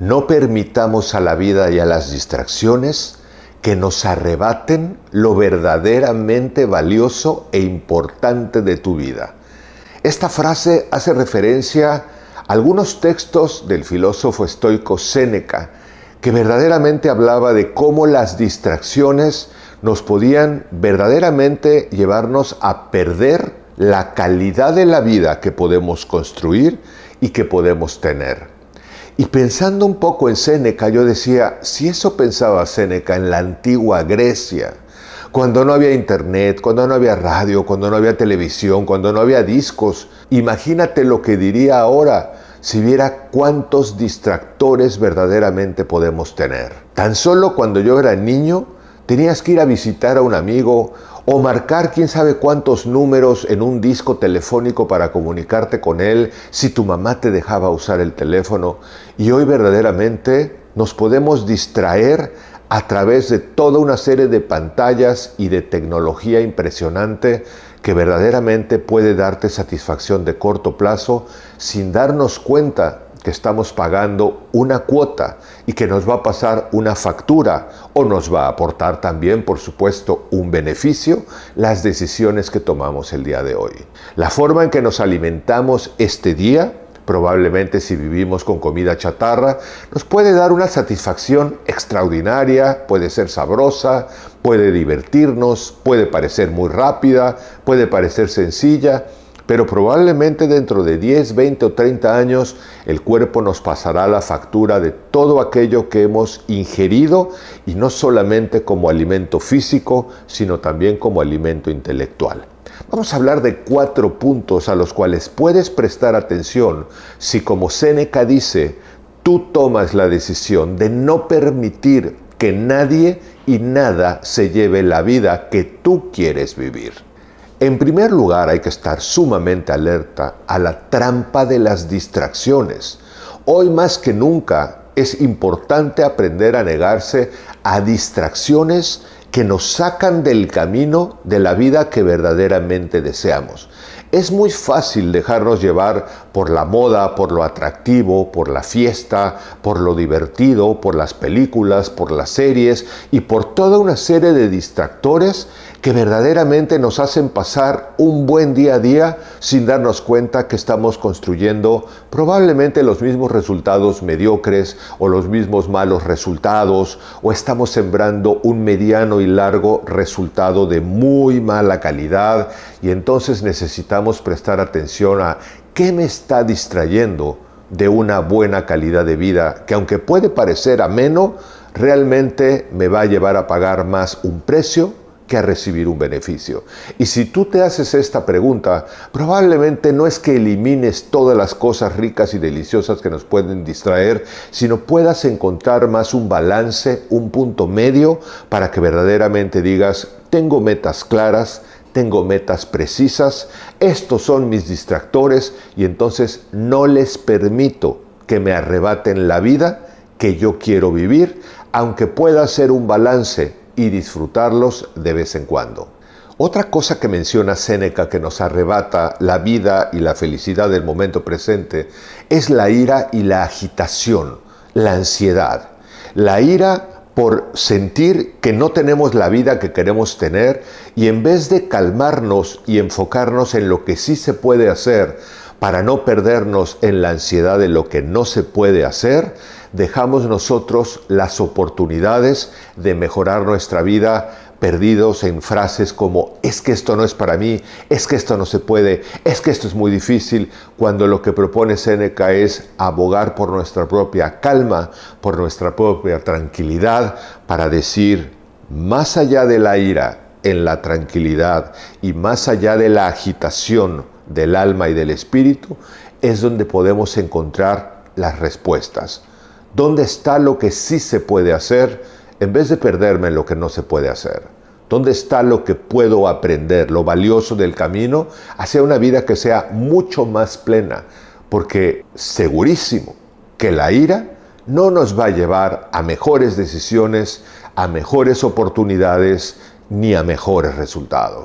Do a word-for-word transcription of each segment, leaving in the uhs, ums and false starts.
No permitamos a la vida y a las distracciones que nos arrebaten lo verdaderamente valioso e importante de tu vida. Esta frase hace referencia a algunos textos del filósofo estoico Séneca, que verdaderamente hablaba de cómo las distracciones nos podían verdaderamente llevarnos a perder la calidad de la vida que podemos construir y que podemos tener. Y pensando un poco en Séneca, yo decía, si eso pensaba Séneca en la antigua Grecia, cuando no había internet, cuando no había radio, cuando no había televisión, cuando no había discos, imagínate lo que diría ahora si viera cuántos distractores verdaderamente podemos tener. Tan solo cuando yo era niño, tenías que ir a visitar a un amigo o marcar quién sabe cuántos números en un disco telefónico para comunicarte con él si tu mamá te dejaba usar el teléfono. Y hoy verdaderamente nos podemos distraer a través de toda una serie de pantallas y de tecnología impresionante que verdaderamente puede darte satisfacción de corto plazo sin darnos cuenta que estamos pagando una cuota y que nos va a pasar una factura o nos va a aportar también, por supuesto, un beneficio las decisiones que tomamos el día de hoy. La forma en que nos alimentamos este día, probablemente si vivimos con comida chatarra, nos puede dar una satisfacción extraordinaria, puede ser sabrosa, puede divertirnos, puede parecer muy rápida, puede parecer sencilla, pero probablemente dentro de diez, veinte o treinta años el cuerpo nos pasará la factura de todo aquello que hemos ingerido y no solamente como alimento físico, sino también como alimento intelectual. Vamos a hablar de cuatro puntos a los cuales puedes prestar atención si, como Séneca dice, tú tomas la decisión de no permitir que nadie y nada se lleve la vida que tú quieres vivir. En primer lugar, hay que estar sumamente alerta a la trampa de las distracciones. Hoy más que nunca es importante aprender a negarse a distracciones que nos sacan del camino de la vida que verdaderamente deseamos. Es muy fácil dejarnos llevar por la moda, por lo atractivo, por la fiesta, por lo divertido, por las películas, por las series y por toda una serie de distractores que verdaderamente nos hacen pasar un buen día a día sin darnos cuenta que estamos construyendo probablemente los mismos resultados mediocres o los mismos malos resultados, o estamos sembrando un mediano y largo resultado de muy mala calidad, y entonces necesitamos prestar atención a qué me está distrayendo de una buena calidad de vida que, aunque puede parecer ameno, realmente me va a llevar a pagar más un precio que a recibir un beneficio. Y si tú te haces esta pregunta, probablemente no es que elimines todas las cosas ricas y deliciosas que nos pueden distraer, sino puedas encontrar más un balance, un punto medio, para que verdaderamente digas, tengo metas claras, tengo metas precisas, estos son mis distractores, y entonces no les permito que me arrebaten la vida que yo quiero vivir, aunque pueda ser un balance y disfrutarlos de vez en cuando. Otra cosa que menciona Séneca que nos arrebata la vida y la felicidad del momento presente es la ira y la agitación, la ansiedad. La ira por sentir que no tenemos la vida que queremos tener, y en vez de calmarnos y enfocarnos en lo que sí se puede hacer para no perdernos en la ansiedad de lo que no se puede hacer, dejamos nosotros las oportunidades de mejorar nuestra vida perdidos en frases como es que esto no es para mí, es que esto no se puede, es que esto es muy difícil, cuando lo que propone Séneca es abogar por nuestra propia calma, por nuestra propia tranquilidad, para decir, más allá de la ira, en la tranquilidad y más allá de la agitación del alma y del espíritu, es donde podemos encontrar las respuestas. ¿Dónde está lo que sí se puede hacer en vez de perderme en lo que no se puede hacer? ¿Dónde está lo que puedo aprender, lo valioso del camino hacia una vida que sea mucho más plena? Porque segurísimo que la ira no nos va a llevar a mejores decisiones, a mejores oportunidades, ni a mejores resultados.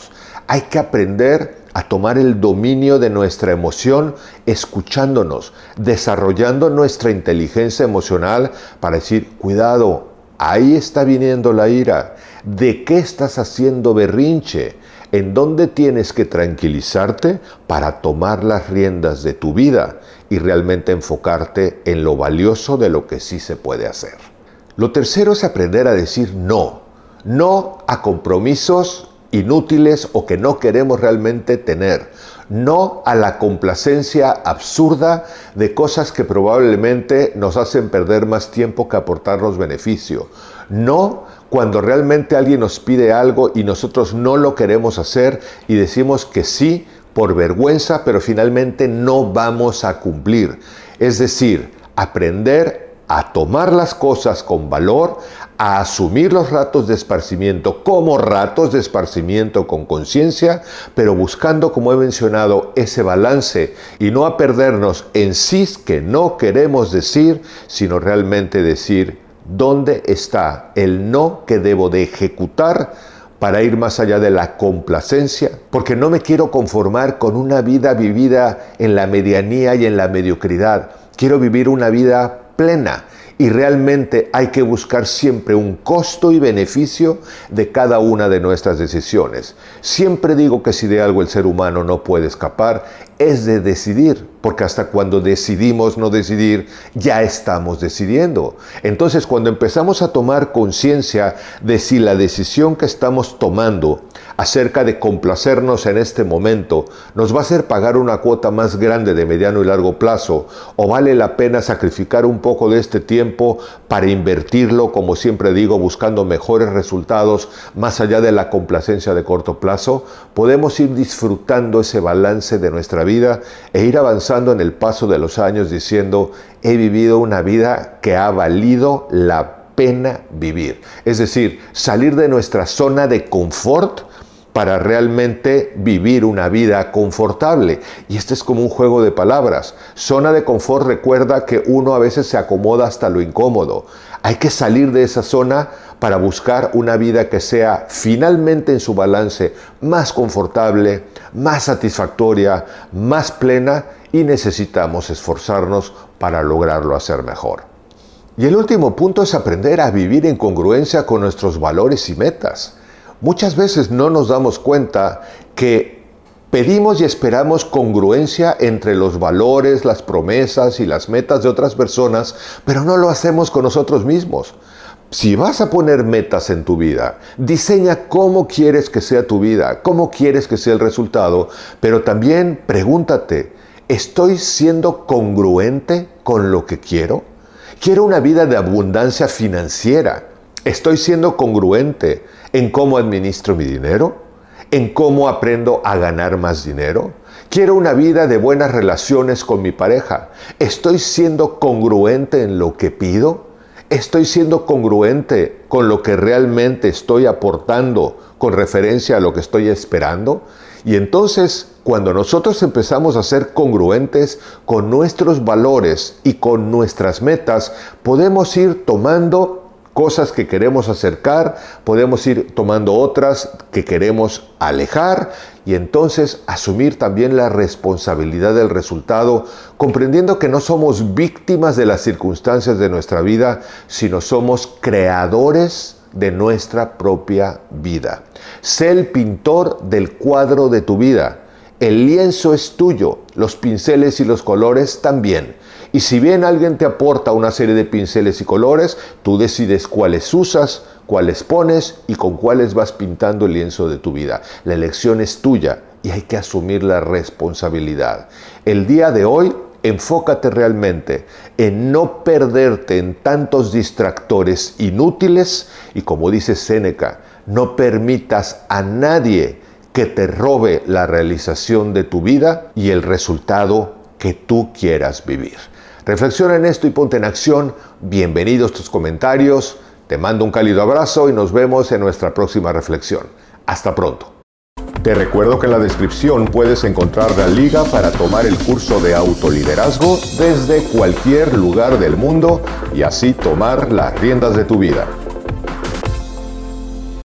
Hay que aprender a tomar el dominio de nuestra emoción escuchándonos, desarrollando nuestra inteligencia emocional para decir, cuidado, ahí está viniendo la ira. ¿De qué estás haciendo berrinche? ¿En dónde tienes que tranquilizarte para tomar las riendas de tu vida y realmente enfocarte en lo valioso de lo que sí se puede hacer? Lo tercero es aprender a decir no. No a compromisos inútiles o que no queremos realmente tener. No a la complacencia absurda de cosas que probablemente nos hacen perder más tiempo que aportarnos beneficio. No cuando realmente alguien nos pide algo y nosotros no lo queremos hacer y decimos que sí por vergüenza, pero finalmente no vamos a cumplir. Es decir, aprender a tomar las cosas con valor, a asumir los ratos de esparcimiento como ratos de esparcimiento con conciencia, pero buscando, como he mencionado, ese balance y no a perdernos en sí que no queremos decir, sino realmente decir dónde está el no que debo de ejecutar para ir más allá de la complacencia, porque no me quiero conformar con una vida vivida en la medianía y en la mediocridad. Quiero vivir una vida plena y realmente hay que buscar siempre un costo y beneficio de cada una de nuestras decisiones. Siempre digo que si de algo el ser humano no puede escapar, es de decidir, porque hasta cuando decidimos no decidir, ya estamos decidiendo. Entonces, cuando empezamos a tomar conciencia de si la decisión que estamos tomando acerca de complacernos en este momento nos va a hacer pagar una cuota más grande de mediano y largo plazo, o vale la pena sacrificar un poco de este tiempo para invertirlo, como siempre digo, buscando mejores resultados más allá de la complacencia de corto plazo, podemos ir disfrutando ese balance de nuestra vida e ir avanzando en el paso de los años diciendo, he vivido una vida que ha valido la pena vivir. Es decir, salir de nuestra zona de confort para realmente vivir una vida confortable. Y este es como un juego de palabras. Zona de confort recuerda que uno a veces se acomoda hasta lo incómodo. Hay que salir de esa zona para buscar una vida que sea finalmente en su balance más confortable, más satisfactoria, más plena, y necesitamos esforzarnos para lograrlo hacer mejor. Y el último punto es aprender a vivir en congruencia con nuestros valores y metas. Muchas veces no nos damos cuenta que pedimos y esperamos congruencia entre los valores, las promesas y las metas de otras personas, pero no lo hacemos con nosotros mismos. Si vas a poner metas en tu vida, diseña cómo quieres que sea tu vida, cómo quieres que sea el resultado, pero también pregúntate, ¿estoy siendo congruente con lo que quiero? ¿Quiero una vida de abundancia financiera? ¿Estoy siendo congruente en cómo administro mi dinero? ¿En cómo aprendo a ganar más dinero? ¿Quiero una vida de buenas relaciones con mi pareja? ¿Estoy siendo congruente en lo que pido? ¿Estoy siendo congruente con lo que realmente estoy aportando con referencia a lo que estoy esperando? Y entonces, cuando nosotros empezamos a ser congruentes con nuestros valores y con nuestras metas, podemos ir tomando cosas que queremos acercar, podemos ir tomando otras que queremos alejar y entonces asumir también la responsabilidad del resultado, comprendiendo que no somos víctimas de las circunstancias de nuestra vida, sino somos creadores de nuestra propia vida. Sé el pintor del cuadro de tu vida. El lienzo es tuyo, los pinceles y los colores también. Y si bien alguien te aporta una serie de pinceles y colores, tú decides cuáles usas, cuáles pones y con cuáles vas pintando el lienzo de tu vida. La elección es tuya y hay que asumir la responsabilidad. El día de hoy, enfócate realmente en no perderte en tantos distractores inútiles y, como dice Séneca, no permitas a nadie que te robe la realización de tu vida y el resultado que tú quieras vivir. Reflexiona en esto y ponte en acción. Bienvenidos tus comentarios. Te mando un cálido abrazo y nos vemos en nuestra próxima reflexión. Hasta pronto. Te recuerdo que en la descripción puedes encontrar la liga para tomar el curso de autoliderazgo desde cualquier lugar del mundo y así tomar las riendas de tu vida.